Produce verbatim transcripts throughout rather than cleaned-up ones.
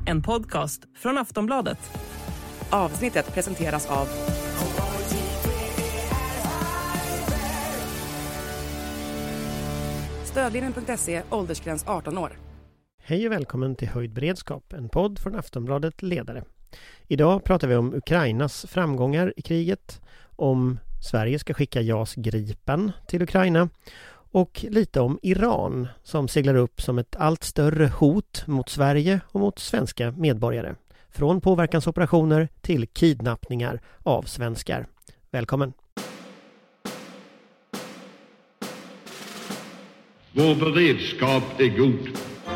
en podcast från Aftonbladet. Avsnittet presenteras av Stödlinjen punkt se, åldersgräns arton år. Hej och välkommen till Höjd beredskap, en podd från Aftonbladet Ledare. Idag pratar vi om Ukrainas framgångar i kriget, om Sverige ska skicka JAS Gripen till Ukraina och lite om Iran som seglar upp som ett allt större hot mot Sverige och mot svenska medborgare. Från påverkansoperationer till kidnappningar av svenskar. Välkommen! Vår beredskap är god.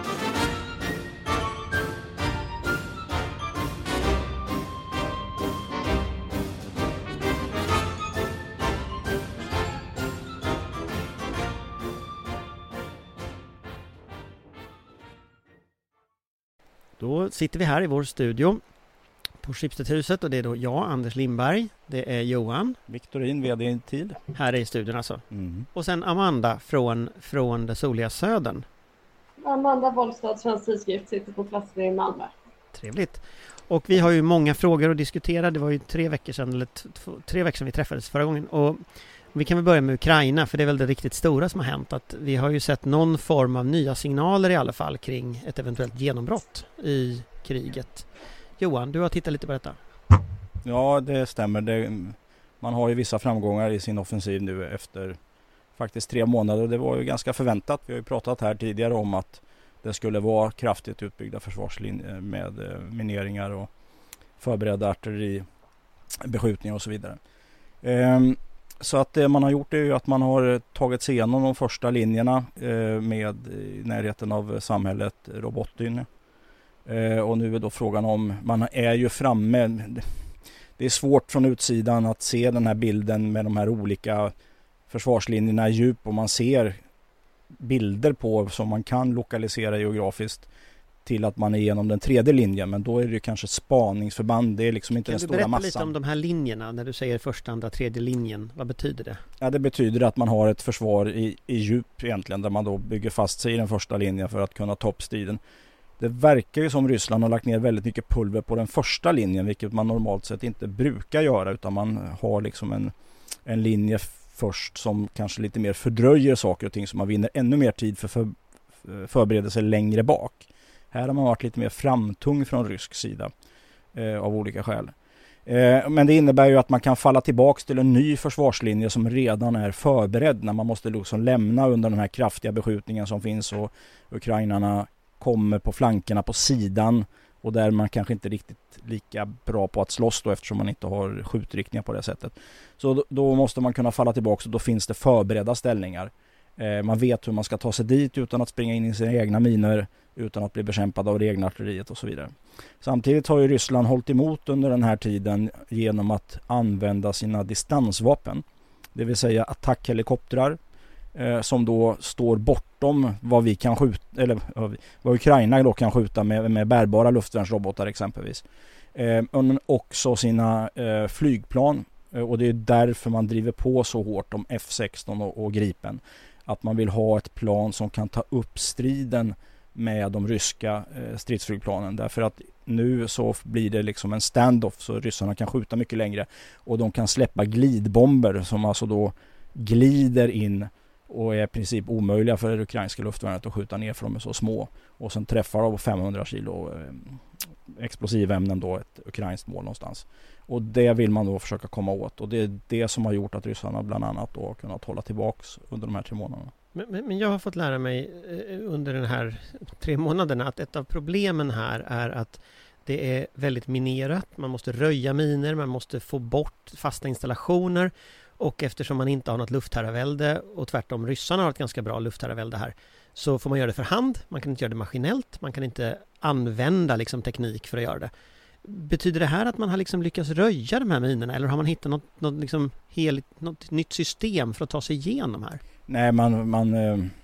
Då sitter vi här i vår studio på Schibstedhuset och det är då jag, Anders Lindberg, det är Johan Victorin, vd i Tid. Här är i studion alltså. Mm. Och sen Amanda från, från det soliga södern. Amanda Bollstad, Svensk Tidskrift, sitter på platsen i Malmö. Trevligt. Och vi har ju många frågor att diskutera. Det var ju tre veckor sedan, eller t- t- tre veckor sedan vi träffades förra gången. Och vi kan väl börja med Ukraina, för det är väl det riktigt stora som har hänt. Att vi har ju sett någon form av nya signaler i alla fall kring ett eventuellt genombrott i kriget. Johan, du har tittat lite på detta. Ja, det stämmer. Det, man har ju vissa framgångar i sin offensiv nu efter faktiskt tre månader. Och det var ju ganska förväntat. Vi har ju pratat här tidigare om att det skulle vara kraftigt utbyggda försvarslinjer med mineringar och förberedda artilleribeskjutningar och så vidare. Ehm, Så att det man har gjort är ju att man har tagit sig igenom de första linjerna eh, med i närheten av samhället Robotyn. Eh, och nu är då frågan om, man är ju framme, det är svårt från utsidan att se den här bilden med de här olika försvarslinjerna i djup, och man ser bilder på som man kan lokalisera geografiskt till att man är igenom den tredje linjen, men då är det ju kanske spaningsförband, det är liksom inte kan den stora massan. Kan du berätta lite om de här linjerna när du säger första, andra, tredje linjen? Vad betyder det? Ja, det betyder att man har ett försvar i, i djup egentligen, där man då bygger fast sig i den första linjen för att kunna ta upp striden. Det verkar ju som Ryssland har lagt ner väldigt mycket pulver på den första linjen, vilket man normalt sett inte brukar göra, utan man har liksom en, en linje först som kanske lite mer fördröjer saker och ting, så man vinner ännu mer tid för, för förberedelser längre bak. Här har man varit lite mer framtung från rysk sida eh, av olika skäl. Eh, men det innebär ju att man kan falla tillbaka till en ny försvarslinje som redan är förberedd, när man måste liksom lämna under den här kraftiga beskjutningen som finns, och ukrainarna kommer på flankerna på sidan, och där man kanske inte riktigt lika bra på att slåss då, eftersom man inte har skjutriktningar på det sättet. Så då, då måste man kunna falla tillbaka, och då finns det förberedda ställningar. Eh, man vet hur man ska ta sig dit utan att springa in i sina egna miner, utan att bli bekämpad av det egna artilleriet och så vidare. Samtidigt har ju Ryssland hållit emot under den här tiden genom att använda sina distansvapen. Det vill säga attackhelikoptrar eh, som då står bortom vad vi kan skjuta, eller vad Ukraina då kan skjuta med, med bärbara luftvärnsrobotar exempelvis. Eh, men också sina eh, flygplan, eh, och det är därför man driver på så hårt om F sexton och, och Gripen. Att man vill ha ett plan som kan ta upp striden med de ryska eh, stridsflygplanen, därför att nu så blir det liksom en standoff, så ryssarna kan skjuta mycket längre, och de kan släppa glidbomber som alltså då glider in och är i princip omöjliga för det ukrainska luftvärnet att skjuta ner, för de är så små, och sen träffar de femhundra kilo eh, explosivämnen då ett ukrainskt mål någonstans, och det vill man då försöka komma åt, och det är det som har gjort att ryssarna bland annat då har kunnat hålla tillbaks under de här tre månaderna. Men, men, men jag har fått lära mig under den här tre månaderna att ett av problemen här är att det är väldigt minerat. Man måste röja miner, man måste få bort fasta installationer, och eftersom man inte har något luftherravälde, och tvärtom ryssarna har ett ganska bra luftherravälde här, så får man göra det för hand. Man kan inte göra det maskinellt, man kan inte använda liksom teknik för att göra det. Betyder det här att man har liksom lyckats röja de här minerna, eller har man hittat något, något, liksom hel, något nytt system för att ta sig igenom här? Nej, man, man,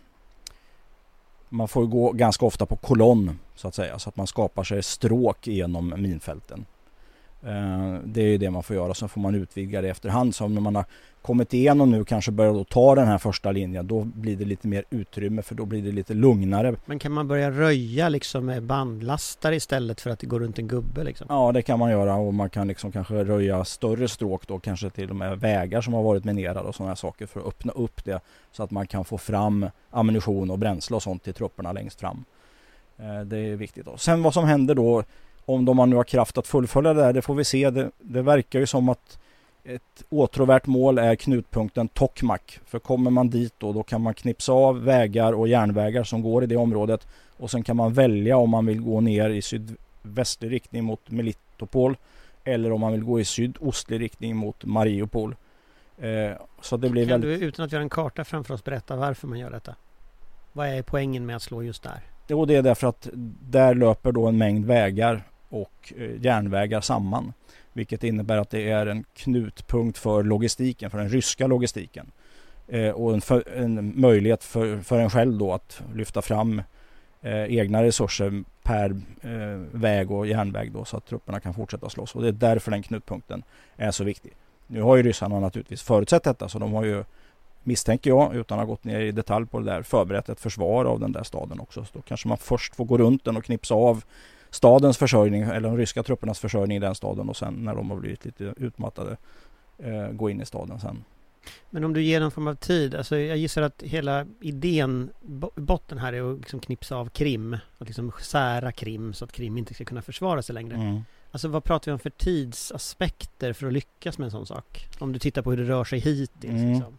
man får gå ganska ofta på kolonn så att säga, så att man skapar sig stråk genom minfälten. Det är ju det man får göra, så får man utvidga det efterhand. Så när man har kommit igenom nu kanske börjar då ta den här första linjen, då blir det lite mer utrymme, för då blir det lite lugnare. Men kan man börja röja liksom med bandlastare istället för att det går runt en gubbe liksom? Ja, det kan man göra, och man kan liksom kanske röja större stråk då, kanske till och med vägar som har varit minerade och sådana här saker, för att öppna upp det så att man kan få fram ammunition och bränsle och sånt till trupperna längst fram. Det är viktigt då. Sen vad som händer då, om de man nu har kraft att fullfölja det här, det får vi se. Det, det verkar ju som att ett åtråvärt mål är knutpunkten Tokmak. För kommer man dit då, då kan man knipsa av vägar och järnvägar som går i det området. Och sen kan man välja om man vill gå ner i sydvästlig riktning mot Melitopol, eller om man vill gå i sydostlig riktning mot Mariupol. Eh, så det blir kan väldigt... du utan att göra en karta framför oss berätta varför man gör detta? Vad är poängen med att slå just där? Jo, det är därför att där löper då en mängd vägar och järnvägar samman. Vilket innebär att det är en knutpunkt för logistiken, för den ryska logistiken. Eh, och en, för, en möjlighet för, för en själv då att lyfta fram eh, egna resurser per eh, väg och järnväg då, så att trupperna kan fortsätta slåss. Och det är därför den knutpunkten är så viktig. Nu har ju ryssarna naturligtvis förutsett detta, så de har ju, misstänker jag, utan att ha gått ner i detalj på det där, förberett ett försvar av den där staden också. Så då kanske man först får gå runt den och knipsa av stadens försörjning, eller de ryska truppernas försörjning i den staden, och sen när de har blivit lite utmattade eh, gå in i staden sen. Men om du ger någon form av tid, alltså jag gissar att hela idén, botten här är att liksom knipsa av Krim och liksom sära Krim så att Krim inte ska kunna försvara sig längre. Mm. Alltså vad pratar vi om för tidsaspekter för att lyckas med en sån sak? Om du tittar på hur det rör sig hittills. Mm. Liksom.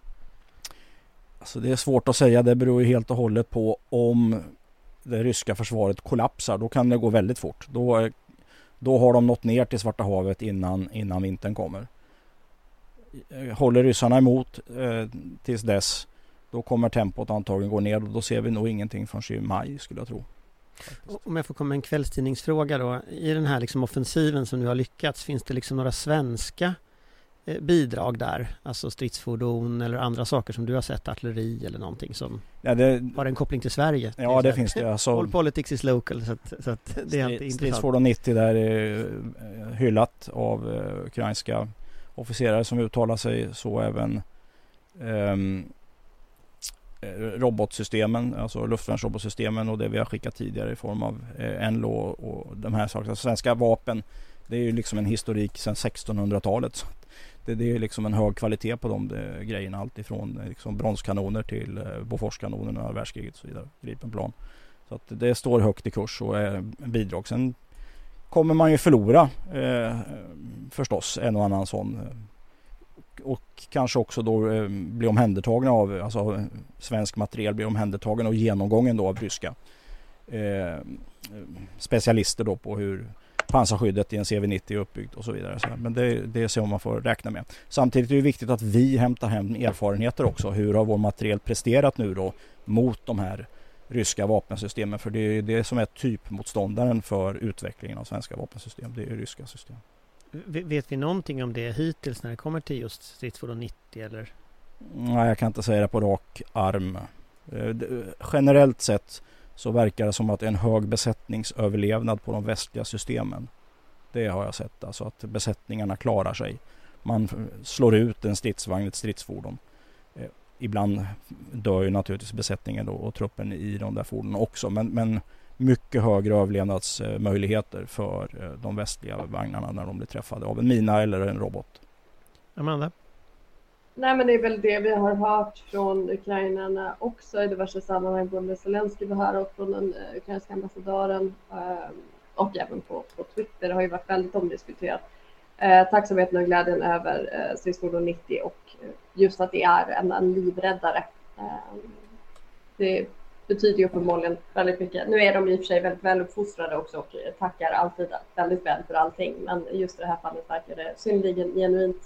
Alltså det är svårt att säga, det beror ju helt och hållet på om det ryska försvaret kollapsar. Då kan det gå väldigt fort. Då, då har de nått ner till Svarta havet innan, innan vintern kommer. Håller ryssarna emot eh, tills dess, då kommer tempot antagligen gå ner, och då ser vi nog ingenting förrän i maj, skulle jag tro. Faktiskt. Om jag får komma med en kvällstidningsfråga då. I den här liksom offensiven som nu har lyckats, finns det liksom några svenska eh, bidrag där? Alltså stridsfordon eller andra saker som du har sett, artilleri eller någonting som ja, det, har en koppling till Sverige? Ja, det, det finns det. Alltså, all politics is local, så att, så att det är inte intressant. Stridsfordon nittio där är hyllat av uh, ukrainska officerare som uttalar sig, så även um, robotsystemen, alltså luftvärnsrobotsystemen, och det vi har skickat tidigare i form av eh, N L O och de här sakerna. Alltså, svenska vapen, det är ju liksom en historik sedan sextonhundratalet. Så det, det är liksom en hög kvalitet på de, de grejerna, allt ifrån liksom bronskanoner till eh, Boforskanonerna av världskriget och så vidare, Gripenplan. Så att det står högt i kurs och är bidrag. Sen kommer man ju förlora eh, förstås en och annan sån, och kanske också då eh, bli omhändertagna av, alltså svensk materiel blir omhändertagen och genomgången då av ryska eh, specialister då på hur pansarskyddet i en C V nittio är uppbyggt och så vidare. Så, men det, det är så man får räkna med. Samtidigt är det viktigt att vi hämtar hem erfarenheter också. Hur har vår materiel presterat nu då mot de här ryska vapensystemen? För det är det som är typmotståndaren för utvecklingen av svenska vapensystem. Det är ryska system. Vet vi någonting om det hittills när det kommer till just stridsfordon nittio eller? Nej, jag kan inte säga det på rak arm. Generellt sett så verkar det som att det är en hög besättningsöverlevnad på de västliga systemen. Det har jag sett, alltså att besättningarna klarar sig. Man slår ut en stridsvagn, ett stridsfordon. Ibland dör ju naturligtvis besättningen då och truppen i de där fordonen också, men, men mycket högre överlevnadsmöjligheter för de västliga vagnarna när de blir träffade av en mina eller en robot. Amanda? Nej, men det är väl det vi har hört från ukrainarna också i diverse sammanhang. Både Zelensky var här och från den ukrainska ambassadören och även på, på Twitter. Det har ju varit väldigt omdiskuterat. Eh, tacksamheten och glädjen över eh, stridsfordon nittio och just att det är en, en livräddare. Eh, det betyder ju uppenbarligen väldigt mycket. Nu är de i och för sig väldigt väl uppfostrade också och tackar alltid väldigt väl för allting. Men just i det här fallet verkar det synnerligen genuint.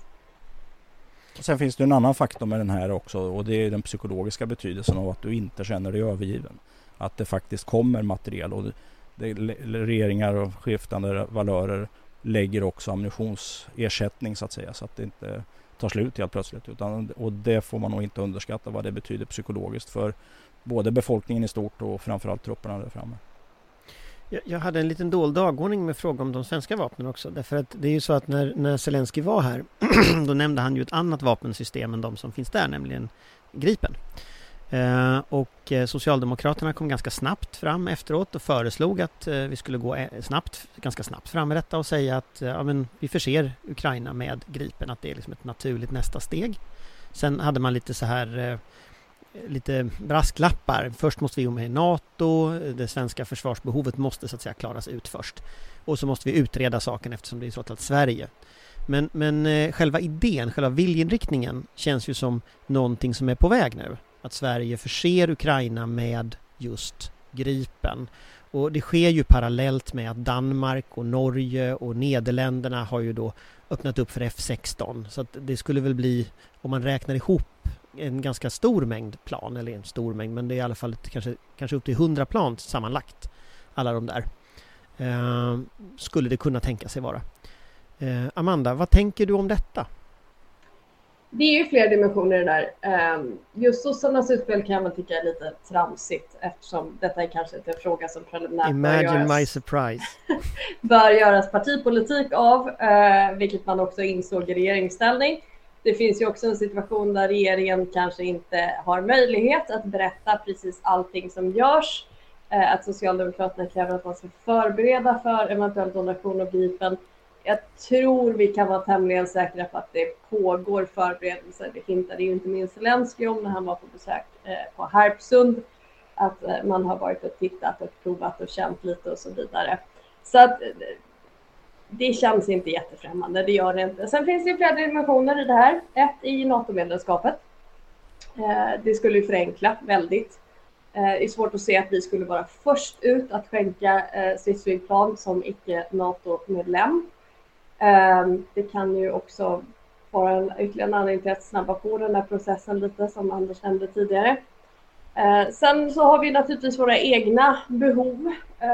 Och sen finns det en annan faktor med den här också, och det är den psykologiska betydelsen av att du inte känner dig övergiven. Att det faktiskt kommer material, och det, det, regeringar och skiftande valörer lägger också ammunitionsersättning så att säga, så att det inte tar slut helt plötsligt. Utan, och det får man nog inte underskatta vad det betyder psykologiskt för både befolkningen i stort och framförallt trupperna där framme. Jag, jag hade en liten dold dagordning med fråga om de svenska vapnen också. Därför att det är ju så att när, när Zelensky var här då nämnde han ju ett annat vapensystem än de som finns där, nämligen Gripen. Eh, och eh, Socialdemokraterna kom ganska snabbt fram efteråt och föreslog att eh, vi skulle gå eh, snabbt, ganska snabbt fram med detta och säga att eh, ja, men vi förser Ukraina med Gripen, att det är liksom ett naturligt nästa steg. Sen hade man lite så här eh, lite brasklappar. Först måste vi gå med i NATO, det svenska försvarsbehovet måste så att säga klaras ut först. Och så måste vi utreda saken eftersom det är trots allt Sverige. Men, men eh, själva idén, själva viljeinriktningen känns ju som någonting som är på väg nu. Att Sverige förser Ukraina med just Gripen. Och det sker ju parallellt med att Danmark och Norge och Nederländerna har ju då öppnat upp för F sexton. Så att det skulle väl bli, om man räknar ihop en ganska stor mängd plan, eller en stor mängd, men det är i alla fall ett, kanske, kanske upp till hundra plan sammanlagt, alla de där. Eh, skulle det kunna tänka sig vara. Eh, Amanda, vad tänker du om detta? Det är ju fler dimensioner i det där. Just sossarnas utspel kan man tycka är lite tramsigt eftersom detta är kanske inte en fråga som preliminärt Imagine bör göras, my surprise. bör göras partipolitik av, vilket man också insåg i regeringsställning. Det finns ju också en situation där regeringen kanske inte har möjlighet att berätta precis allting som görs. Att Socialdemokraterna kräver att man ska förbereda för eventuell donation av Gripen. Jag tror vi kan vara tämligen säkra på att det pågår förberedelser. Det hintade ju inte minst Zelensky om när han var på besök på Harpsund. Att man har varit och tittat och provat och känt lite och så vidare. Så att det känns inte jättefrämmande, det gör det inte. Sen finns det ju flera dimensioner i det här. Ett i NATO-medlemskapet. Det skulle ju förenkla väldigt. Det är svårt att se att vi skulle vara först ut att skänka stridsflygplan som icke-NATO-medlem. Det kan ju också vara en ytterligare anledning till att snabba på den här processen lite, som Anders nämnde tidigare. Sen så har vi naturligtvis våra egna behov.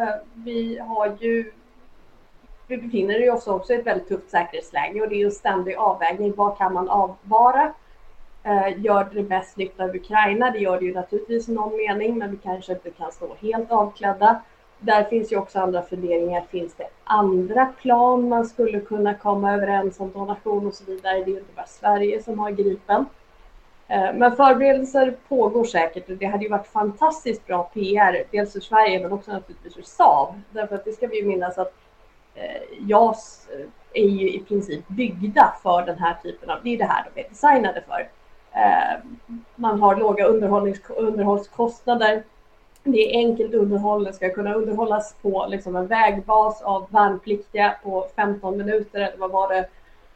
Vi har ju vi befinner ju oss också i ett väldigt tufft säkerhetsläge och det är en ständig avvägning. Vad kan man avvara? Gör det bäst nytta av Ukraina? Det gör det ju naturligtvis i någon mening, men vi kanske inte kan stå helt avklädda. Där finns ju också andra funderingar. Finns det andra plan man skulle kunna komma överens om donation och så vidare? Det är ju inte bara Sverige som har Gripen. Men förberedelser pågår säkert och det hade ju varit fantastiskt bra P R, dels för Sverige men också naturligtvis för Saab. Därför att det ska vi ju minnas att J A S är ju i princip byggda för den här typen av, det är det här de är designade för. Man har låga underhållskostnader. Det är enkelt underhåll, det ska kunna underhållas på liksom en vägbas av värnpliktiga på femton minuter. Eller vad var det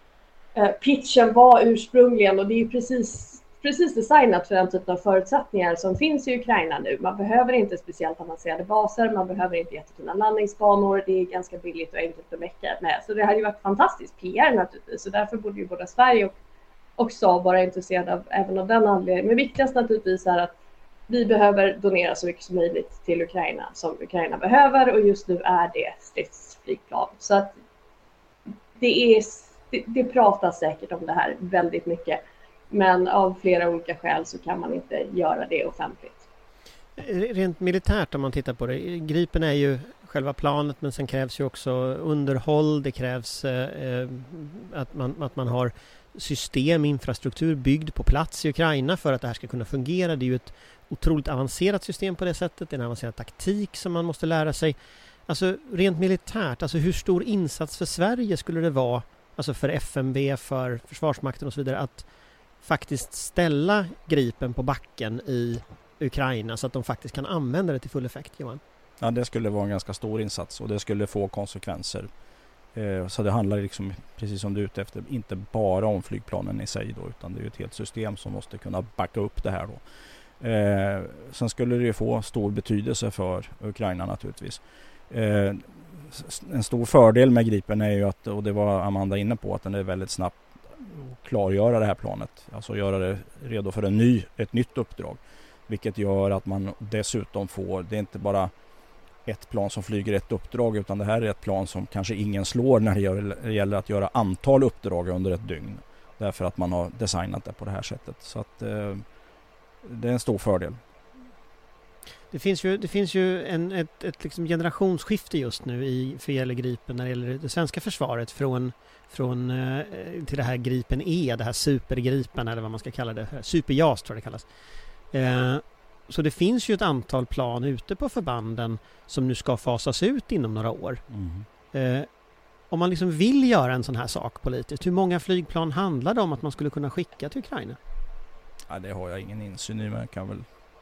pitchen var ursprungligen, och det är ju precis, precis designat för den typen av förutsättningar som finns i Ukraina nu. Man behöver inte speciellt avancerade baser, man behöver inte jättetunna landningsbanor, det är ganska billigt och enkelt att mecka med. Så det hade ju varit fantastiskt P R naturligtvis, så därför borde ju både Sverige och, och Saab vara intresserade av, även av den anledningen. Men viktigast naturligtvis är att vi behöver donera så mycket som möjligt till Ukraina som Ukraina behöver, och just nu är det stridsflygplan. Så att det, är, det, det pratas säkert om det här väldigt mycket, men av flera olika skäl så kan man inte göra det offentligt. Rent militärt om man tittar på det, Gripen är ju själva planet, men sen krävs ju också underhåll, det krävs eh, att, man, att man har system, infrastruktur byggd på plats i Ukraina för att det här ska kunna fungera. Det är ju ett otroligt avancerat system på det sättet. Det är en avancerad taktik som man måste lära sig. Alltså rent militärt, alltså hur stor insats för Sverige skulle det vara, alltså för F M V, för Försvarsmakten och så vidare, att faktiskt ställa Gripen på backen i Ukraina så att de faktiskt kan använda det till full effekt, Johan? Ja, det skulle vara en ganska stor insats och det skulle få konsekvenser. Eh, så det handlar liksom, precis som du är ute efter, inte bara om flygplanen i sig då, utan det är ju ett helt system som måste kunna backa upp det här då. Eh, sen skulle det ju få stor betydelse för Ukraina naturligtvis. Eh, en stor fördel med Gripen är ju att, och det var Amanda inne på, att den är väldigt snabbt att klargöra det här planet. Alltså göra det redo för en ny, ett nytt uppdrag. Vilket gör att man dessutom får, det är inte bara ett plan som flyger ett uppdrag, utan det här är ett plan som kanske ingen slår när det, gör, det gäller att göra antal uppdrag under ett dygn. Därför att man har designat det på det här sättet. Så att eh, det är en stor fördel. Det finns ju, det finns ju en, ett, ett liksom generationsskifte just nu i, för gäller Gripen när det gäller det svenska försvaret från, från eh, till det här Gripen E, det här supergripen eller vad man ska kalla det, superjas tror jag det kallas. Eh, så det finns ju ett antal plan ute på förbanden som nu ska fasas ut inom några år. Mm. Eh, om man liksom vill göra en sån här sak politiskt, hur många flygplan handlar det om att man skulle kunna skicka till Ukraina? Ja, det har jag ingen insyn i, men jag kan väl...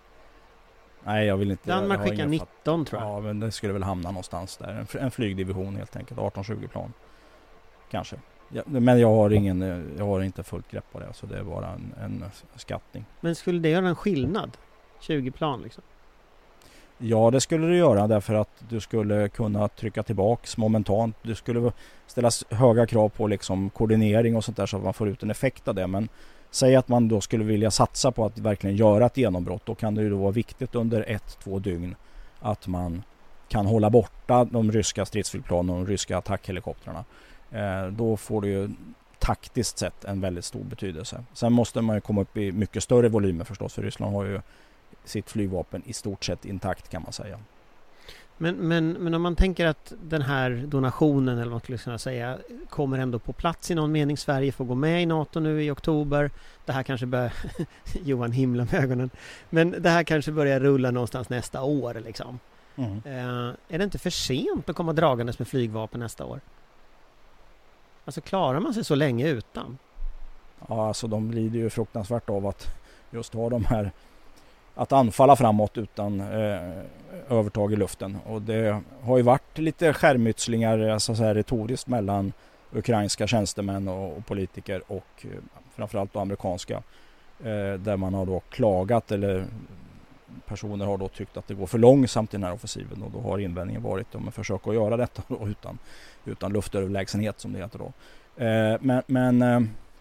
Nej, jag vill inte... Danmark skickar nitton tror jag. Ja, men det skulle väl hamna någonstans där. En, en flygdivision helt enkelt, arton tjugo plan. Kanske. Ja, men jag har, ingen, jag har inte fullt grepp på det, så det är bara en, en skattning. Men skulle det göra en skillnad? tjugo plan liksom? Ja, det skulle du göra därför att du skulle kunna trycka tillbaks momentant. Du skulle ställas höga krav på liksom koordinering och sånt där så att man får ut en effekt av det. Men säg att man då skulle vilja satsa på att verkligen göra ett genombrott. Då kan det ju då vara viktigt under ett, två dygn att man kan hålla borta de ryska stridsflygplanen och de ryska attackhelikoptrarna. Eh, då får det ju taktiskt sett en väldigt stor betydelse. Sen måste man ju komma upp i mycket större volymer förstås, för Ryssland har ju sitt flygvapen i stort sett intakt kan man säga. Men, men, men om man tänker att den här donationen eller vad man skulle kunna säga kommer ändå på plats i någon mening. Sverige får gå med i NATO nu i oktober. Det här kanske börjar Johan himla med ögonen. Men det här kanske börjar rulla någonstans nästa år liksom. Mm. Eh, är det inte för sent att komma dragandes med flygvapen nästa år? Alltså klarar man sig så länge utan? Ja, alltså de lider ju fruktansvärt av att just ha de här att anfalla framåt utan eh, övertag i luften. Och det har ju varit lite skärmytslingar så att säga, retoriskt mellan ukrainska tjänstemän och, och politiker och eh, framförallt då amerikanska eh, där man har då klagat eller personer har då tyckt att det går för långsamt i den här offensiven och då har invändningen varit om att försöka att göra detta då, utan, utan luftöverlägsenhet som det heter då. Eh, men men eh,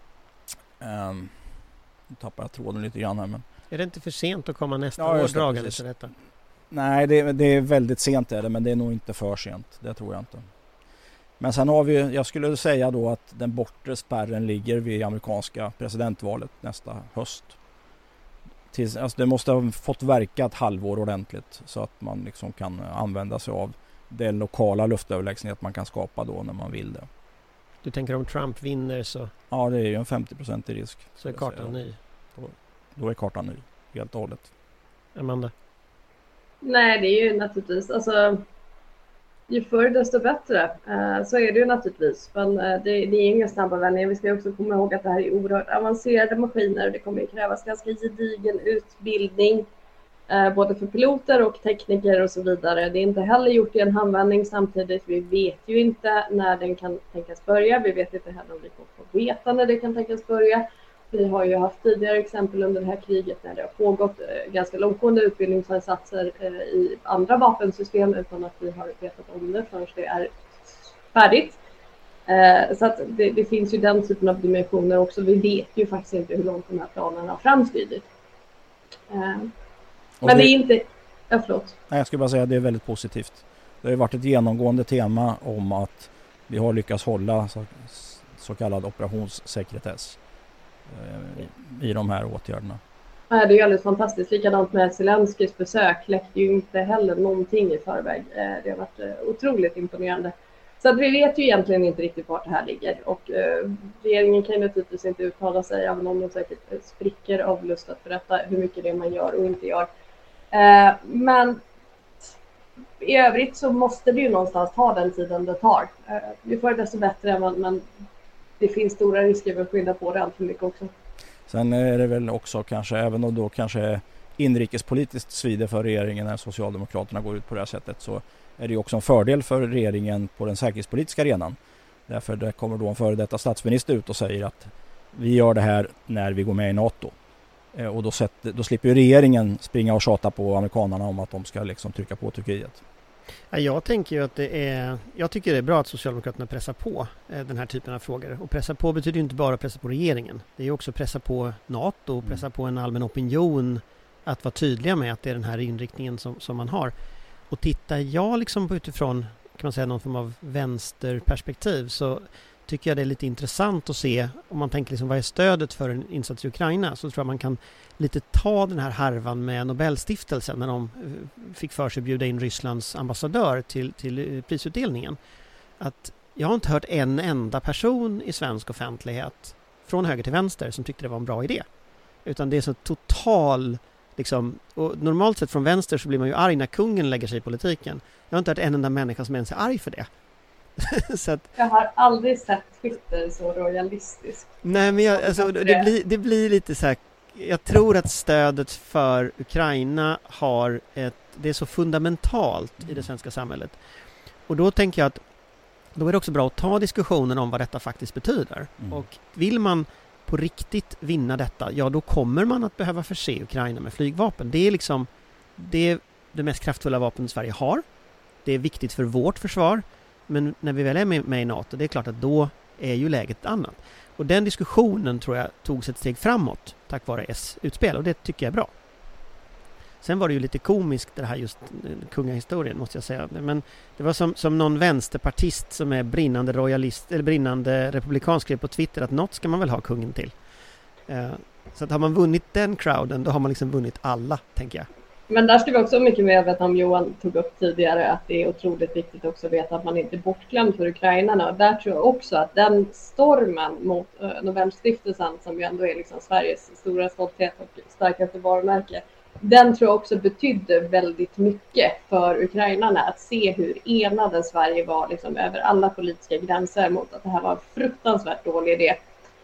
eh, nu tappar jag tråden lite grann här men är det inte för sent att komma nästa ja, år dragande till detta? Nej, det, det är väldigt sent är det, men det är nog inte för sent. Det tror jag inte. Men sen har vi, jag skulle säga då att den bortre spärren ligger vid amerikanska presidentvalet nästa höst. Tills, alltså det måste ha fått verka ett halvår ordentligt så att man liksom kan använda sig av den lokala luftöverlägsenhet man kan skapa då när man vill det. Du tänker om Trump vinner så... Ja, det är ju en femtio procent i risk. Så är kartan ny. Då, då är kartan ny, helt och hållet. Amanda? Nej, det är ju naturligtvis, alltså ju förr desto bättre, uh, så är det ju naturligtvis. Men uh, det, det är inga snabba vändningar. Vi ska också komma ihåg att det här är oerhört avancerade maskiner. Det kommer att krävas ganska gedigen utbildning, uh, både för piloter och tekniker och så vidare. Det är inte heller gjort i en handvändning samtidigt. Vi vet ju inte när den kan tänkas börja. Vi vet inte heller om vi kommer få veta när det kan tänkas börja. Vi har ju haft tidigare exempel under det här kriget när det har pågått eh, ganska långtgående utbildningsinsatser eh, i andra vapensystem utan att vi har vetat om det förrän det är färdigt. Eh, så att det, det finns ju den typen av dimensioner också. Vi vet ju faktiskt inte hur långt de här planerna har framskridit. Eh, men det, det är inte... Ja, förlåt. Nej, jag skulle bara säga att det är väldigt positivt. Det har ju varit ett genomgående tema om att vi har lyckats hålla så, så kallad operationssekretess i, i de här åtgärderna. Ja, det är ju alldeles fantastiskt. Likadant med Zelenskis besök läckte ju inte heller någonting i förväg. Det har varit otroligt imponerande. Så att vi vet ju egentligen inte riktigt vart det här ligger. Och eh, regeringen kan ju naturligtvis inte uttala sig även om de säkert spricker av lust att berätta hur mycket det man gör och inte gör. Eh, men i övrigt så måste det ju någonstans ta den tiden det tar. Eh, ju förr desto bättre, men, men det finns stora risker med att skynda på det allt för mycket också. Sen är det väl också kanske, även om då kanske inrikespolitiskt svider för regeringen när Socialdemokraterna går ut på det här sättet, så är det också en fördel för regeringen på den säkerhetspolitiska arenan. Därför det kommer då en före detta statsminister ut och säger att vi gör det här när vi går med i NATO. Och då, sätter, då slipper ju regeringen springa och tjata på amerikanerna om att de ska liksom trycka på Turkiet. Jag tänker ju att det är, jag tycker det är bra att Socialdemokraterna pressar på den här typen av frågor. Och pressa på betyder ju inte bara pressa på regeringen. Det är ju också pressa på NATO och pressa på en allmän opinion att vara tydliga med att det är den här inriktningen som, som man har. Och tittar jag liksom på utifrån, kan man säga, någon form av vänsterperspektiv, så, tycker jag det är lite intressant att se, om man tänker liksom vad är stödet för en insats i Ukraina, så tror jag man kan lite ta den här harvan med Nobelstiftelsen när de fick för sig bjuda in Rysslands ambassadör till, till prisutdelningen. Att jag har inte hört en enda person i svensk offentlighet från höger till vänster som tyckte det var en bra idé. Utan det är så total, liksom, och normalt sett från vänster så blir man ju arg när kungen lägger sig i politiken. Jag har inte hört en enda människa som ens är arg för det. Så att, jag har aldrig sett Twitter så royalistisk. Nej, men jag, alltså, det, blir, det blir lite så här, jag tror att stödet för Ukraina har ett, det är så fundamentalt i det svenska samhället. Och då tänker jag att då är det också bra att ta diskussionen om vad detta faktiskt betyder. Mm. Och vill man på riktigt vinna detta, ja då kommer man att behöva förse Ukraina med flygvapen. Det är liksom det, är det mest kraftfulla vapen Sverige har. Det är viktigt för vårt försvar. Men när vi väl är med, med i NATO, det är klart att då är ju läget annat. Och den diskussionen tror jag togs ett steg framåt tack vare S-utspel, och det tycker jag är bra. Sen var det ju lite komiskt det här just kungahistorien, måste jag säga. Men det var som, som någon vänsterpartist som är brinnande royalist eller brinnande republikansk skrev på Twitter att något ska man väl ha kungen till. Uh, så att har man vunnit den crowden, då har man liksom vunnit alla, tänker jag. Men där ska vi också mycket medvetna om, Johan tog upp tidigare, att det är otroligt viktigt också att veta att man inte är bortglömd för ukrainarna. Och där tror jag också att den stormen mot uh, Nobelstiftelsen, som ju ändå är liksom Sveriges stora stolthet och starkaste varumärke, den tror jag också betydde väldigt mycket för ukrainarna, att se hur enade Sverige var liksom över alla politiska gränser mot att det här var en fruktansvärt dålig idé.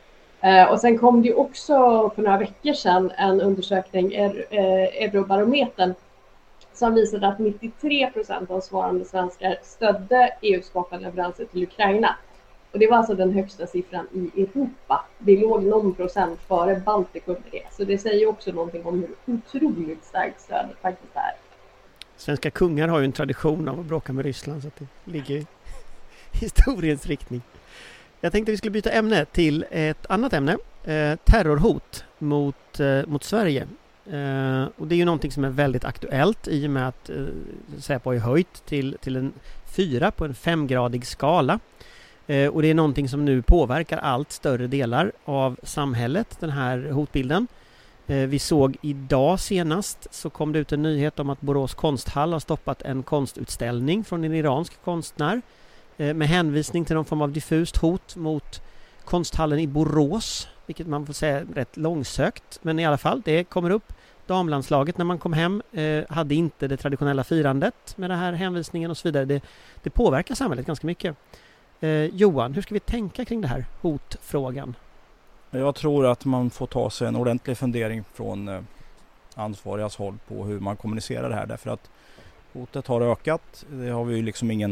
Eh, och sen kom det ju också för några veckor sedan en undersökning, er, eh, Eurobarometern, som visade att nittiotre procent av svarande svenskar stödde E U:s vapenleveranser till Ukraina. Och det var alltså den högsta siffran i Europa. Vi låg någon procent före Baltikum med det. Så det säger också någonting om hur otroligt starkt stödet faktiskt är. Svenska kungar har ju en tradition av att bråka med Ryssland, så att det ligger i historiens riktning. Jag tänkte att vi skulle byta ämne till ett annat ämne. Eh, terrorhot mot, eh, mot Sverige. Eh, och det är ju någonting som är väldigt aktuellt i och med att eh, Säpo har höjt till, till en fyra på en femgradig skala. Eh, och det är någonting som nu påverkar allt större delar av samhället, den här hotbilden. Eh, vi såg idag senast så kom det ut en nyhet om att Borås konsthall har stoppat en konstutställning från en iransk konstnär eh, med hänvisning till någon form av diffust hot mot konsthallen i Borås, vilket man får säga rätt långsökt, men i alla fall, det kommer upp. Damlandslaget när man kom hem eh, hade inte det traditionella firandet med den här hänvisningen och så vidare. Det, det påverkar samhället ganska mycket. Eh, Johan, hur ska vi tänka kring det här hotfrågan? Jag tror att man får ta sig en ordentlig fundering från eh, ansvarigas håll på hur man kommunicerar det här. Därför att hotet har ökat. Det har vi ju liksom ingen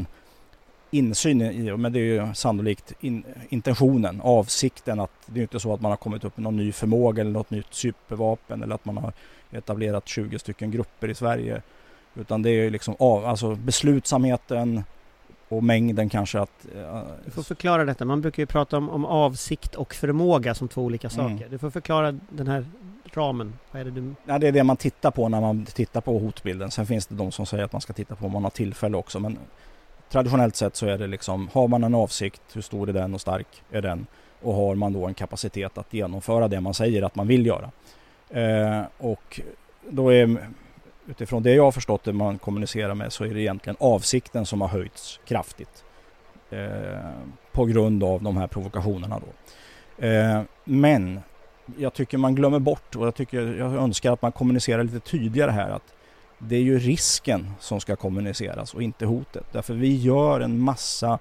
insyn i, men det är ju sannolikt in, intentionen, avsikten. Att det är inte så att man har kommit upp med någon ny förmåga eller något nytt supervapen eller att man har etablerat tjugo stycken grupper i Sverige. Utan det är ju liksom av, alltså beslutsamheten och mängden kanske att... Uh, du får förklara detta. Man brukar ju prata om, om avsikt och förmåga som två olika saker. Mm. Du får förklara den här ramen. Vad är det du... Ja, det är det man tittar på när man tittar på hotbilden. Sen finns det de som säger att man ska titta på om man har tillfälle också. Men traditionellt sett så är det liksom, har man en avsikt, hur stor är den och stark är den? Och har man då en kapacitet att genomföra det man säger att man vill göra. Uh, och då är... Utifrån det jag har förstått det man kommunicerar med så är det egentligen avsikten som har höjts kraftigt eh, på grund av de här provokationerna då. Eh, men jag tycker man glömmer bort, och jag, tycker, jag önskar att man kommunicerar lite tydligare här, att det är ju risken som ska kommuniceras och inte hotet. Därför vi gör en massa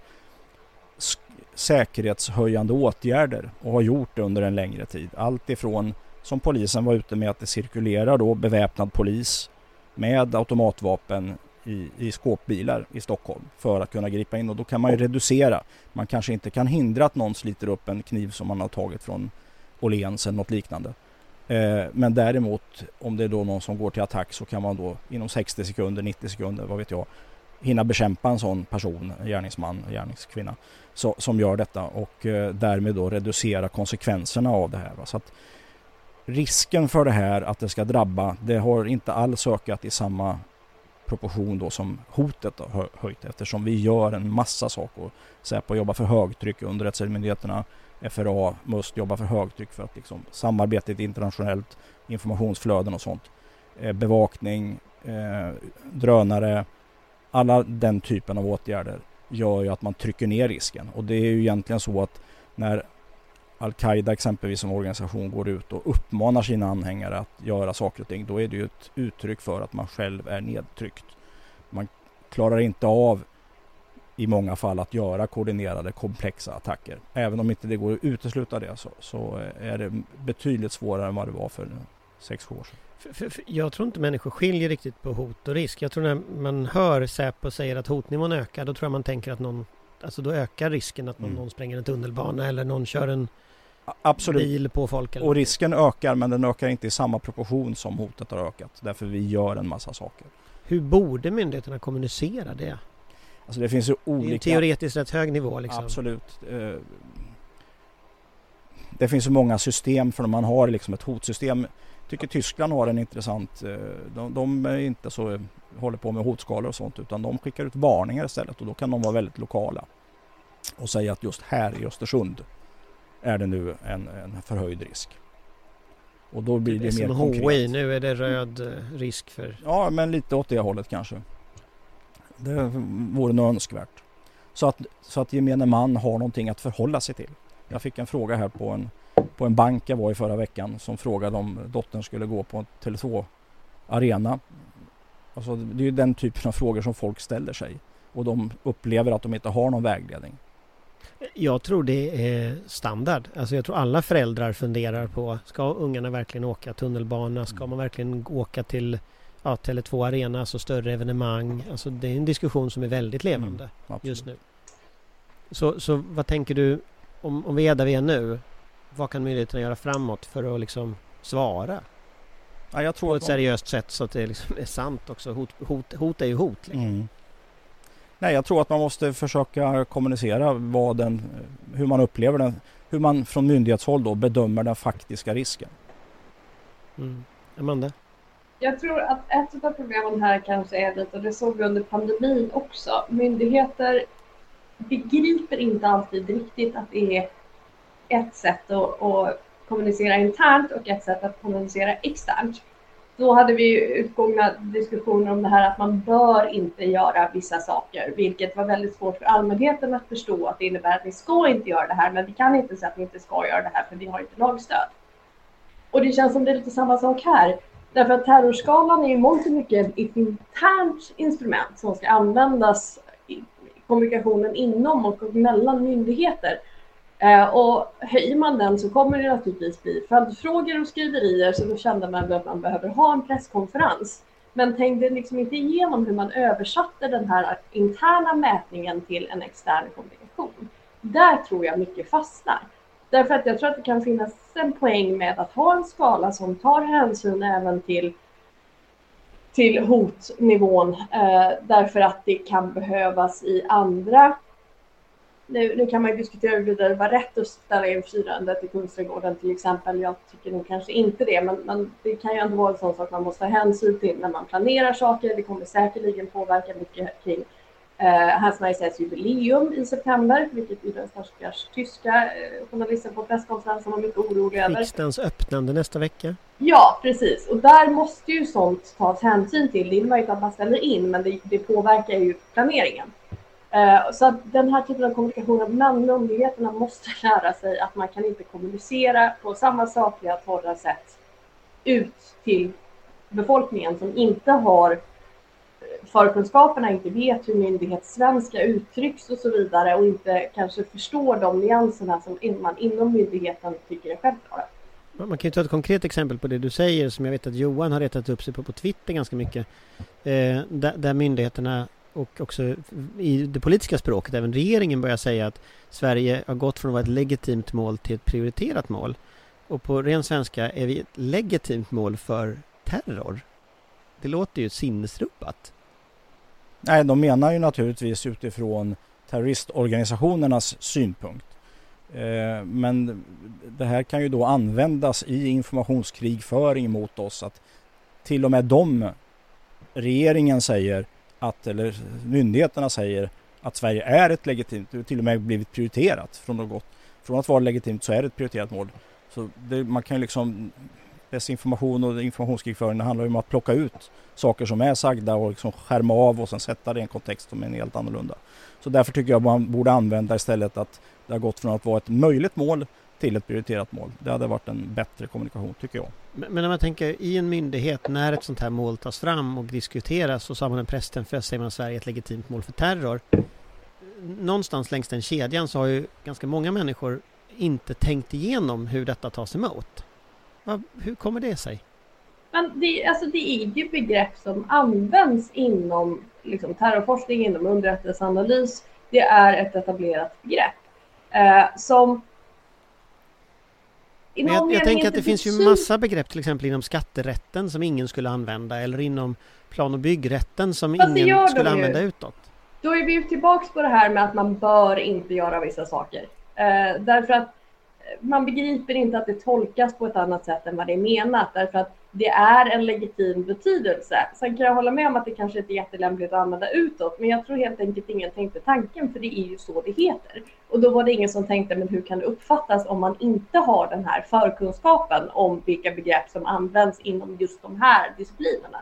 sk- säkerhetshöjande åtgärder och har gjort det under en längre tid. Allt ifrån som polisen var ute med att det cirkulerar då beväpnad polis med automatvapen i, i skåpbilar i Stockholm för att kunna gripa in, och då kan man ju reducera. Man kanske inte kan hindra att någon sliter upp en kniv som man har tagit från Åhléns eller något liknande. Eh, men däremot om det är då någon som går till attack så kan man då inom sextio sekunder, nittio sekunder, vad vet jag, hinna bekämpa en sån person, gärningsman, gärningskvinna så, som gör detta, och eh, därmed då reducera konsekvenserna av det här. Va? Så att risken för det här att det ska drabba, det har inte alls ökat i samma proportion då som hotet har höjt, eftersom vi gör en massa saker. Säpo jobbar för högtryck, underrättelsemyndigheterna, F R A, M U S T jobbar för högtryck för att liksom samarbetet internationellt, informationsflöden och sånt, eh, bevakning, eh, drönare, alla den typen av åtgärder gör ju att man trycker ner risken. Och det är ju egentligen så att när Al-Qaida exempelvis som organisation går ut och uppmanar sina anhängare att göra saker och ting, då är det ju ett uttryck för att man själv är nedtryckt. Man klarar inte av i många fall att göra koordinerade komplexa attacker. Även om inte det går att utesluta det så, så är det betydligt svårare än vad det var för sex sju år sedan. För, för, för jag tror inte människor skiljer riktigt på hot och risk. Jag tror när man hör Säpo säger att hotnivån ökar, då tror jag man tänker att någon, alltså då ökar risken att någon, mm. någon spränger en tunnelbana eller någon kör en Absolut. bil på folk. Eller och risken ökar, men den ökar inte i samma proportion som hotet har ökat. Därför vi gör en massa saker. Hur borde myndigheterna kommunicera det? Alltså det finns ju olika... Det är en teoretiskt rätt hög nivå liksom. Absolut. Det finns ju många system för när man har liksom ett hotsystem. Jag tycker Tyskland har en intressant... De, de är inte så håller på med hotskalor och sånt, utan de skickar ut varningar istället, och då kan de vara väldigt lokala och säga att just här i Östersund är det nu en, en förhöjd risk. Och då blir det, det mer konkret. H I, nu är det röd risk för... Ja, men lite åt det hållet kanske. Det vore nog önskvärt. Så att, så att gemene man har någonting att förhålla sig till. Jag fick en fråga här på en, på en bank jag var i förra veckan som frågade om dottern skulle gå på en Tele två arena. Alltså, det är ju den typen av frågor som folk ställer sig. Och de upplever att de inte har någon vägledning. Jag tror det är standard. Alltså jag tror alla föräldrar funderar på, ska ungarna verkligen åka tunnelbana? Ska man verkligen åka till ja, Tele två arena, alltså större evenemang? Alltså det är en diskussion som är väldigt levande mm, just nu. Så, så vad tänker du, om, om vi är där vi är nu, vad kan myndigheterna göra framåt för att liksom svara? Ja, jag tror på ett seriöst sätt så att det liksom är sant också. Hot, hot, hot är ju hot. Liksom. Mm. Nej, jag tror att man måste försöka kommunicera vad den, hur man upplever den, hur man från myndighetshåll då bedömer den faktiska risken. Mm. Amanda? Jag tror att ett av problemen här kanske är lite, och det såg vi under pandemin också, myndigheter begriper inte alltid riktigt att det är ett sätt att, att kommunicera internt och ett sätt att kommunicera externt. Då hade vi utgångna diskussioner om det här att man bör inte göra vissa saker, vilket var väldigt svårt för allmänheten att förstå att det innebär att ni ska inte göra det här, men vi kan inte säga att ni inte ska göra det här för vi har inte lagstöd. Och det känns som det är lite samma sak här. Därför att terrorskalan är ju mångt och mycket ett internt instrument som ska användas i kommunikationen inom och mellan myndigheter. Eh, och höjer man den så kommer det naturligtvis bli följdfrågor och skriverier, så då kände man att man behöver ha en presskonferens. Men tänkte liksom inte igenom hur man översatte den här interna mätningen till en extern kommunikation. Där tror jag mycket fastnar. Därför att jag tror att det kan finnas en poäng med att ha en skala som tar hänsyn även till, till hotnivån. Eh, därför att det kan behövas i andra. Nu, nu kan man ju diskutera vidare vad rätt att ställa in firandet i Kungsträdgården till exempel. Jag tycker nog kanske inte det, men, men det kan ju ändå vara en sån sak man måste ha hänsyn till när man planerar saker. Det kommer säkerligen påverka mycket kring eh, Hans Majestäts jubileum i september, vilket är den stackars tyska eh, journalisten på presskonferensen var mycket orolig över. Riksdagens öppnande nästa vecka. Ja, precis. Och där måste ju sånt tas hänsyn till. Det är ju inte att man ställer in, men det, det påverkar ju planeringen. Så att den här typen av kommunikationer mellan myndigheterna måste lära sig att man kan inte kommunicera på samma sakliga, torra sätt ut till befolkningen som inte har förkunskaperna, inte vet hur myndighetssvenska uttrycks och så vidare, och inte kanske förstår de nyanserna som man inom myndigheten tycker är självklara. Man kan ju ta ett konkret exempel på det du säger, som jag vet att Johan har retat upp sig på på Twitter ganska mycket, eh, där, där myndigheterna och också i det politiska språket, även regeringen börjar säga att Sverige har gått från att vara ett legitimt mål till ett prioriterat mål. Och på ren svenska är vi ett legitimt mål för terror. Det låter ju sinnesrubbat. Nej, de menar ju naturligtvis utifrån terroristorganisationernas synpunkt. Eh, men det här kan ju då användas i informationskrigföring mot oss, att till och med de regeringen säger att, eller myndigheterna säger att Sverige är ett legitimt, till och med blivit prioriterat från att, gått, från att vara legitimt så är det ett prioriterat mål. Så det, man kan ju liksom, desinformation och informationskrigföring handlar ju om att plocka ut saker som är sagda och liksom skärma av och sen sätta det i en kontext som är helt annorlunda. Så därför tycker jag man borde använda istället att det har gått från att vara ett möjligt mål till ett prioriterat mål. Det hade varit en bättre kommunikation tycker jag. Men, men när man tänker i en myndighet när ett sånt här mål tas fram och diskuteras och så har man en pressträff säger man att Sverige är ett legitimt mål för terror. Någonstans längs den kedjan så har ju ganska många människor inte tänkt igenom hur detta tas emot. Va, hur kommer det sig? Men det, alltså det är ju begrepp som används inom liksom, terrorforskning, inom underrättelseanalys. Det är ett etablerat begrepp. Eh, som Men jag, jag tänker att det finns ju massa begrepp till exempel inom skatterätten som ingen skulle använda eller inom plan- och byggrätten som Fast ingen skulle använda ju. utåt. Då är vi ju tillbaka på det här med att man bör inte göra vissa saker. Eh, därför att man begriper inte att det tolkas på ett annat sätt än vad det är menat. Därför att det är en legitim betydelse. Sen kan jag hålla med om att det kanske inte är jättelämpligt att använda utåt. Men jag tror helt enkelt ingen tänkte tanken. För det är ju så det heter. Och då var det ingen som tänkte, men hur kan det uppfattas om man inte har den här förkunskapen om vilka begrepp som används inom just de här disciplinerna?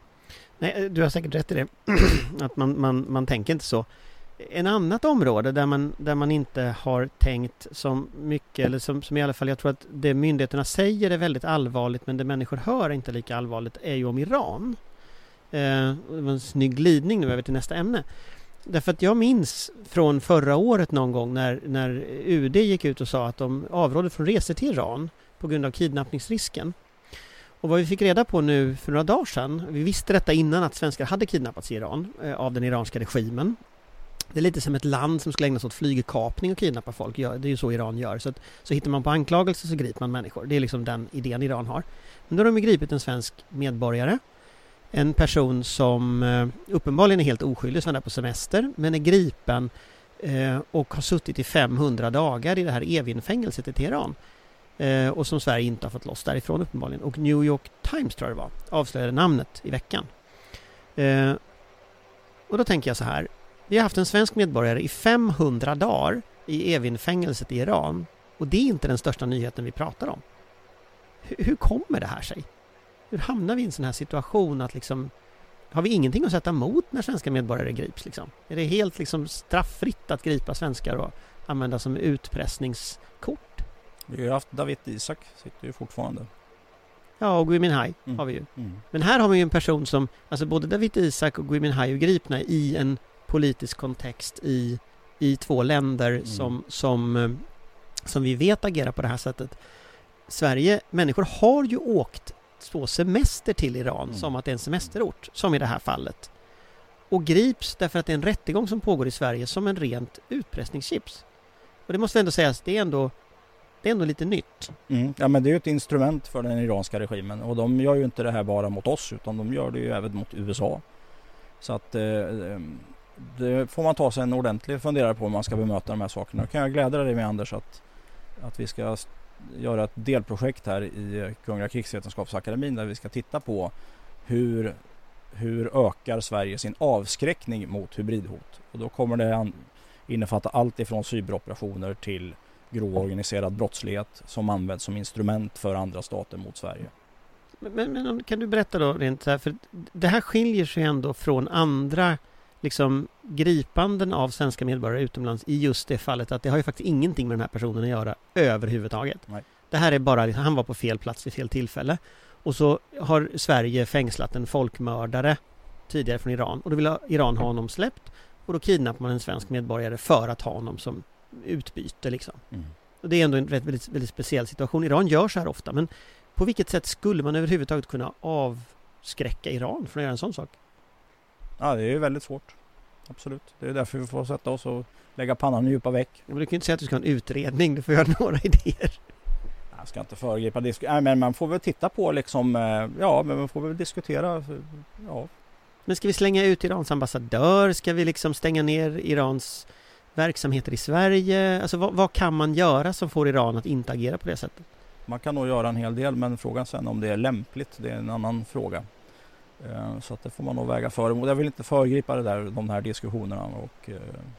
Nej, du har säkert rätt i det. Att man, man, man tänker inte så. En annat område där man, där man inte har tänkt som mycket, eller som, som i alla fall jag tror att det myndigheterna säger är väldigt allvarligt men det människor hör är inte lika allvarligt, är ju om Iran. Eh, det var en snygg glidning nu över till nästa ämne. Därför att jag minns från förra året någon gång när, när U D gick ut och sa att de avrådde från resor till Iran på grund av kidnappningsrisken. Och vad vi fick reda på nu för några dagar sedan, vi visste detta innan att svenskar hade kidnappats i Iran eh, av den iranska regimen. Det är lite som ett land som skulle ägna sig åt flygkapning och kidnappa folk. Det är ju så Iran gör. Så, att, så hittar man på anklagelser så griper man människor. Det är liksom den idén Iran har. Men då har de gripit en svensk medborgare. En person som eh, uppenbarligen är helt oskyldig som är där på semester. Men är gripen eh, och har suttit i femhundra dagar i det här Evin-fängelset i Teheran. Eh, och som Sverige inte har fått loss därifrån uppenbarligen. Och New York Times tror jag det var. Avslöjade namnet i veckan. Eh, och då tänker jag så här. Vi har haft en svensk medborgare i femhundra dagar i Evin-fängelset i Iran. Och det är inte den största nyheten vi pratar om. Hur, hur kommer det här sig? Hur hamnar vi i en sån här situation att liksom... Har vi ingenting att sätta emot när svenska medborgare grips? Liksom? Är det helt liksom strafffritt att gripa svenskar och använda som utpressningskort? Vi har ju haft David Isak, sitter ju fortfarande. Ja, och Gui Minhai mm. har vi ju. Mm. Men här har vi ju en person som... Alltså både David Isak och Gui Minhai är gripna i en politisk kontext i, i två länder mm. som, som, som vi vet agerar på det här sättet. Sverige, människor har ju åkt på semester till Iran mm. som att det är en semesterort, som i det här fallet. Och grips därför att det är en rättegång som pågår i Sverige som en rent utpressningschips. Och det måste ändå sägas, det är ändå, det är ändå lite nytt. Mm. Ja, men det är ju ett instrument för den iranska regimen. Och de gör ju inte det här bara mot oss, utan de gör det ju även mot U S A. Så att... Eh, det får man ta sig en ordentlig funderare på om man ska bemöta de här sakerna. Då kan jag glädja dig med Anders att, att vi ska göra ett delprojekt här i Kungliga krigsvetenskapsakademin där vi ska titta på hur, hur ökar Sverige sin avskräckning mot hybridhot. Och då kommer det innefatta allt ifrån cyberoperationer till grov organiserad brottslighet som används som instrument för andra stater mot Sverige. Men, men kan du berätta då rent så här, för det här skiljer sig ändå från andra liksom gripanden av svenska medborgare utomlands i just det fallet att det har ju faktiskt ingenting med den här personen att göra överhuvudtaget. Nej. Det här är bara, han var på fel plats vid fel tillfälle och så har Sverige fängslat en folkmördare tidigare från Iran och då vill Iran ha honom släppt och då kidnappar man en svensk medborgare för att ha honom som utbyte liksom. Mm. Och det är ändå en rätt, väldigt, väldigt speciell situation. Iran gör så här ofta, men på vilket sätt skulle man överhuvudtaget kunna avskräcka Iran från att göra en sån sak? Ja, det är ju väldigt svårt. Absolut. Det är därför vi får sätta oss och lägga pannan i djupa veck. Ja, men du kan ju inte säga att du ska ha en utredning. Du får göra några idéer. Jag ska inte föregripa det. Nej, men man får väl titta på liksom... Ja, men man får väl diskutera. Ja. Men ska vi slänga ut Irans ambassadör? Ska vi liksom stänga ner Irans verksamheter i Sverige? Alltså vad, vad kan man göra som får Iran att inte agera på det sättet? Man kan nog göra en hel del, men frågan sen om det är lämpligt, det är en annan fråga. Eh, så att det får man nog väga för. Och jag vill inte föregripa det där, de här diskussionerna. Och, eh,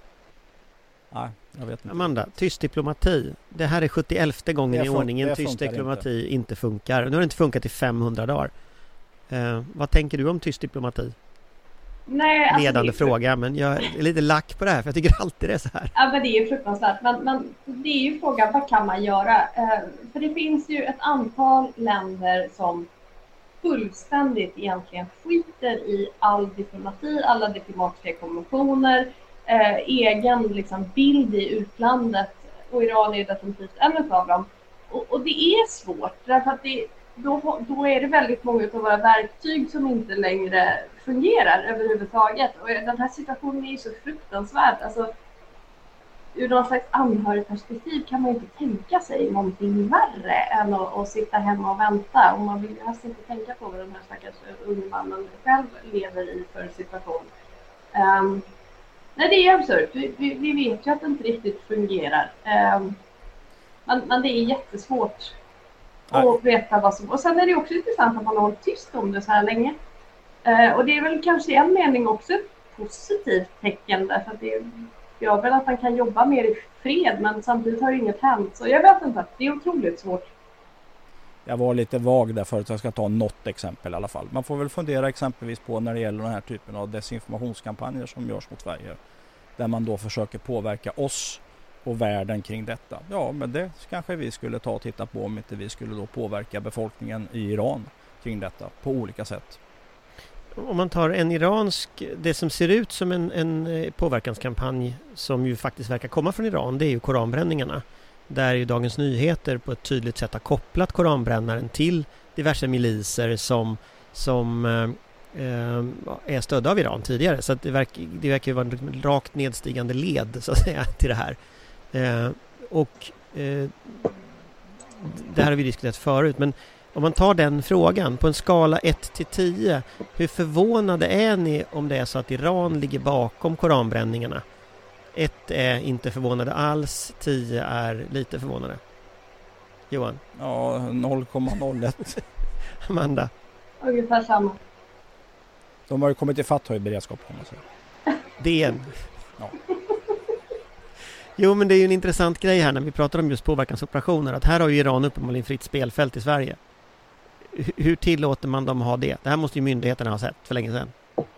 nej, jag vet inte. Amanda, tyst diplomati. Det här är sjuttioelfte gången i fun- ordningen tyst diplomati inte. inte funkar. Nu har det inte funkat i femhundra dagar. Eh, vad tänker du om tyst diplomati? Nej, alltså Ledande det är, fråga, men jag är lite lack på det här för jag tycker alltid det är så här. Ja, men det är ju fruktansvärt. Men, men det är ju frågan, vad kan man göra? Eh, för det finns ju ett antal länder som fullständigt egentligen skiter i all diplomati, alla diplomatiska konventioner, eh, egen liksom, bild i utlandet, och Iran är definitivt en av dem. Och, och det är svårt, därför att det, då, då är det väldigt många av våra verktyg som inte längre fungerar överhuvudtaget. Och den här situationen är ju så fruktansvärd. Alltså, ur någon slags anhörigperspektiv kan man inte tänka sig någonting värre än att, att sitta hemma och vänta. Och man vill ju helst inte tänka på vad den här stackars unge mannen själv lever i för situation. Um, nej, det är absurt. Vi, vi, vi vet ju att det inte riktigt fungerar. Um, men, men det är jättesvårt Nej. att veta vad som... Och sen är det också intressant att man har hållit tyst om det så här länge. Uh, och det är väl kanske i en mening också ett positivt tecken, därför att det gör väl att man kan jobba mer i fred, men samtidigt har inget hänt. Så jag vet inte, det är otroligt svårt. Jag var lite vag där för att jag ska ta något exempel i alla fall. Man får väl fundera exempelvis på när det gäller den här typen av desinformationskampanjer som görs mot Sverige. Där man då försöker påverka oss och världen kring detta. Ja, men det kanske vi skulle ta och titta på om inte vi skulle då påverka befolkningen i Iran kring detta på olika sätt. Om man tar en iransk, det som ser ut som en, en påverkanskampanj som ju faktiskt verkar komma från Iran, det är ju koranbränningarna. Där ju Dagens Nyheter på ett tydligt sätt har kopplat koranbrännaren till diverse miliser som, som eh, är stödda av Iran tidigare. Så att det, verkar, det verkar ju vara en rakt nedstigande led så att säga till det här. Eh, och eh, det här har vi diskuterat förut, men om man tar den frågan på en skala ett till tio, hur förvånade är ni om det är så att Iran ligger bakom koranbränningarna? ett är inte förvånade alls, tio är lite förvånade. Johan? Ja, noll komma noll ett. Amanda? Ungefär samma. De har ju kommit i fatt höjd beredskap, kan man säga. Det är en. Ja. Jo, men det är ju en intressant grej här när vi pratar om just påverkansoperationer, att här har ju Iran uppenbarligen fritt spelfält i Sverige. Hur tillåter man dem ha det? Det här måste ju myndigheterna ha sett för länge sedan.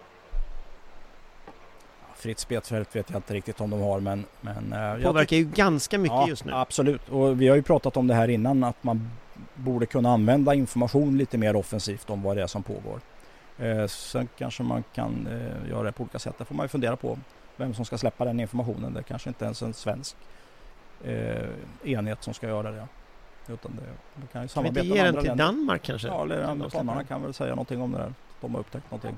Fritt spelfält vet jag inte riktigt om de har, men... men det påverkar ju ganska mycket ja, just nu. Absolut, och vi har ju pratat om det här innan, att man borde kunna använda information lite mer offensivt om vad det är som pågår. Eh, sen kanske man kan eh, göra det på olika sätt. Det får man ju fundera på vem som ska släppa den informationen. Det är kanske inte ens en svensk eh, enhet som ska göra det. Utan det, det kan ju kan vi inte samarbeta ge med den andra till länder. Danmark kanske? Ja, eller amerikanerna kan väl säga någonting om det där. De har upptäckt någonting.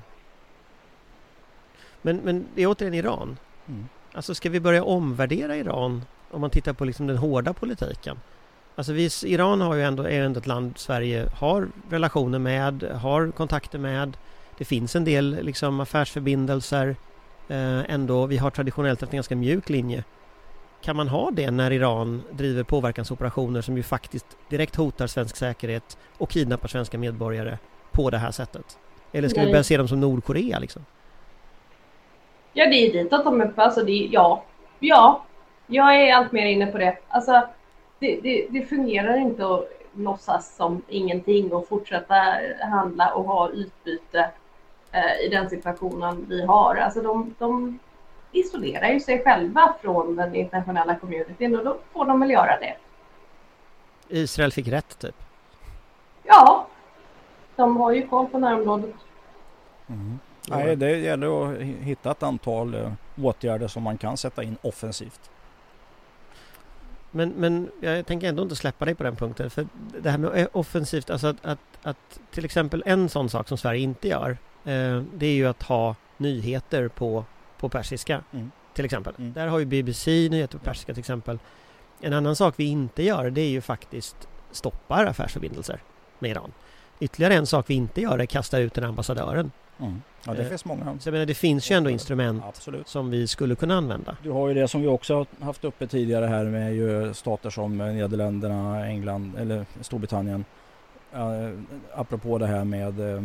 Men, men det är återigen Iran. Mm. Alltså ska vi börja omvärdera Iran om man tittar på liksom den hårda politiken? Alltså vi, Iran har ju ändå, är ändå ett land Sverige har relationer med, har kontakter med. Det finns en del liksom affärsförbindelser. Eh, ändå, vi har traditionellt haft en ganska mjuk linje. Kan man ha det när Iran driver påverkansoperationer som ju faktiskt direkt hotar svensk säkerhet och kidnappar svenska medborgare på det här sättet? Eller ska Nej. vi börja se dem som Nordkorea liksom? Ja, det är dit att de är uppe. Alltså det, ja. ja, jag är allt mer inne på det. Alltså, det, det, det fungerar inte att låtsas som ingenting och fortsätta handla och ha utbyte eh, i den situationen vi har. Alltså de, de isolerar ju sig själva från den internationella communityn och då får de väl göra det. Israel fick rätt typ? Ja, de har ju koll på närområdet. Mm. Nej, det gäller att hitta ett antal uh, åtgärder som man kan sätta in offensivt. Men, men jag tänker ändå inte släppa dig på den punkten. För det här med offensivt, alltså att, att, att till exempel en sån sak som Sverige inte gör, eh, det är ju att ha nyheter på, på persiska, mm. till exempel. Mm. Där har ju B B C nyheter på persiska till exempel. En annan sak vi inte gör, det är ju faktiskt stoppar affärsförbindelser med Iran. Ytterligare en sak vi inte gör är kasta ut den ambassadören. Mm. Ja, det eh, finns många. Så jag menar, det finns ju ändå instrument Absolut. som vi skulle kunna använda. Du har ju det som vi också har haft uppe tidigare här med ju stater som Nederländerna, England eller Storbritannien. Uh, apropå det här med uh,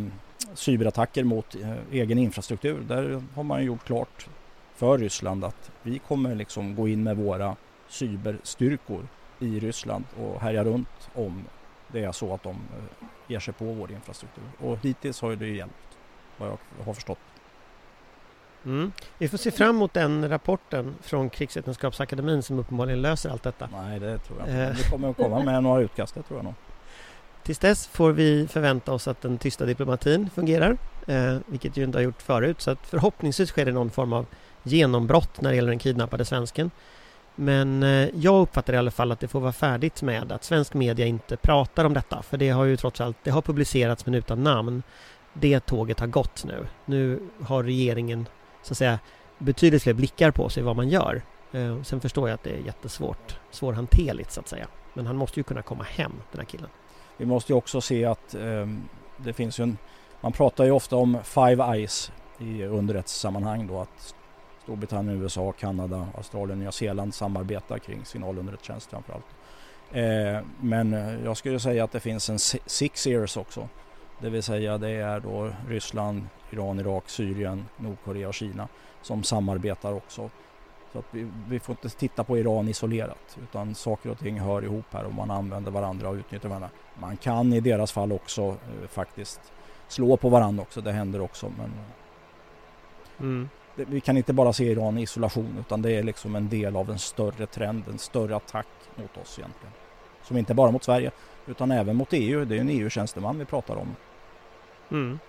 cyberattacker mot eh, egen infrastruktur. Där har man gjort klart för Ryssland att vi kommer liksom gå in med våra cyberstyrkor i Ryssland och härja runt om det är så att de eh, ger sig på vår infrastruktur. Och hittills har det hjälpt, vad jag har förstått. Mm. Vi får se fram emot den rapporten från Krigsvetenskapsakademin som uppenbarligen löser allt detta. Nej, det tror jag inte. Vi kommer att komma med några utkast, det tror jag nog. Tills dess får vi förvänta oss att den tysta diplomatin fungerar, eh, vilket ju inte har gjort förut. Så att förhoppningsvis sker det någon form av genombrott när det gäller den kidnappade svensken. Men eh, jag uppfattar i alla fall att det får vara färdigt med att svensk media inte pratar om detta. För det har ju trots allt, det har publicerats men utan namn. Det tåget har gått nu. Nu har regeringen så att säga betydligt fler blickar på sig vad man gör. Eh, sen förstår jag att det är jättesvårt, svårhanterligt så att säga. Men han måste ju kunna komma hem, den här killen. Vi måste ju också se att eh, det finns ju en, man pratar ju ofta om Five Eyes i underrättelsesammanhang då, att Storbritannien, U S A, Kanada, Australien och Nya Zeeland samarbetar kring signalunderrättelsetjänst framförallt. Eh, men jag skulle säga att det finns en Six Ears också. Det vill säga det är då Ryssland, Iran, Irak, Syrien, Nordkorea och Kina som samarbetar också. Så att vi, vi får inte titta på Iran isolerat, utan saker och ting hör ihop här och man använder varandra och utnyttjar varandra. Man kan i deras fall också eh, faktiskt slå på varandra också, det händer också. Men Mm. det, vi kan inte bara se Iran i isolation, utan det är liksom en del av en större trend, en större attack mot oss egentligen. Som inte bara mot Sverige utan även mot E U, det är en E U-tjänsteman vi pratar om. Mm.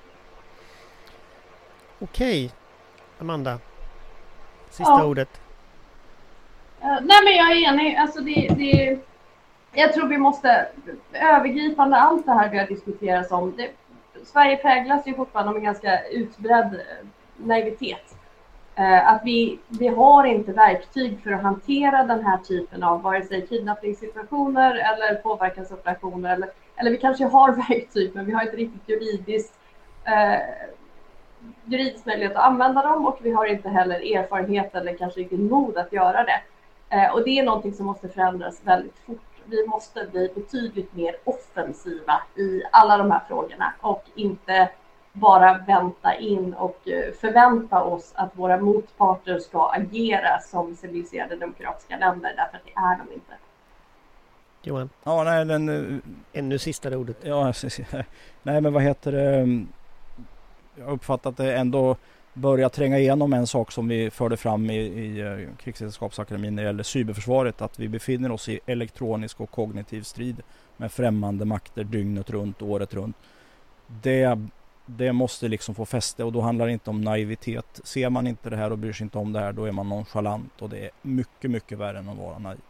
Okej, Amanda. Sista Ja. ordet. Uh, nej men jag är enig. Alltså det, det, jag tror vi måste övergripande allt det här vi har diskuterat om. Det, Sverige präglas ju fortfarande av en ganska utbredd uh, naivitet. Uh, att vi, vi har inte verktyg för att hantera den här typen av vare sig kidnappningssituationer eller påverkansoperationer. Eller, eller vi kanske har verktyg men vi har inte riktigt juridiskt uh, juridisk möjlighet att använda dem och vi har inte heller erfarenhet eller kanske riktigt mod att göra det. Eh, och det är någonting som måste förändras väldigt fort. Vi måste bli betydligt mer offensiva i alla de här frågorna och inte bara vänta in och eh, förvänta oss att våra motparter ska agera som civiliserade demokratiska länder, därför att det är de inte. Johan, Ja, nej, den, ännu sista ordet. ja, nej men vad heter det? Jag har uppfattat att det ändå börjar tränga igenom en sak som vi förde fram i, i Krigsvetenskapsakademin när det gäller cyberförsvaret, att vi befinner oss i elektronisk och kognitiv strid med främmande makter dygnet runt, året runt. Det, det måste liksom få fäste och då handlar det inte om naivitet. Ser man inte det här och bryr sig inte om det här, då är man nonchalant och det är mycket, mycket värre än att vara naiv.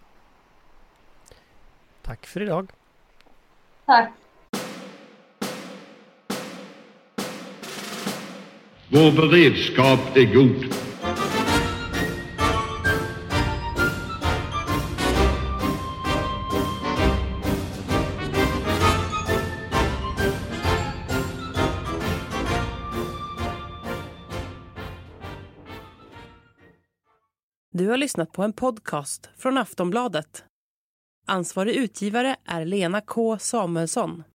Tack för idag. Tack. Vår beredskap är god. Du har lyssnat på en podcast från Aftonbladet. Ansvarig utgivare är Lena K. Samuelsson.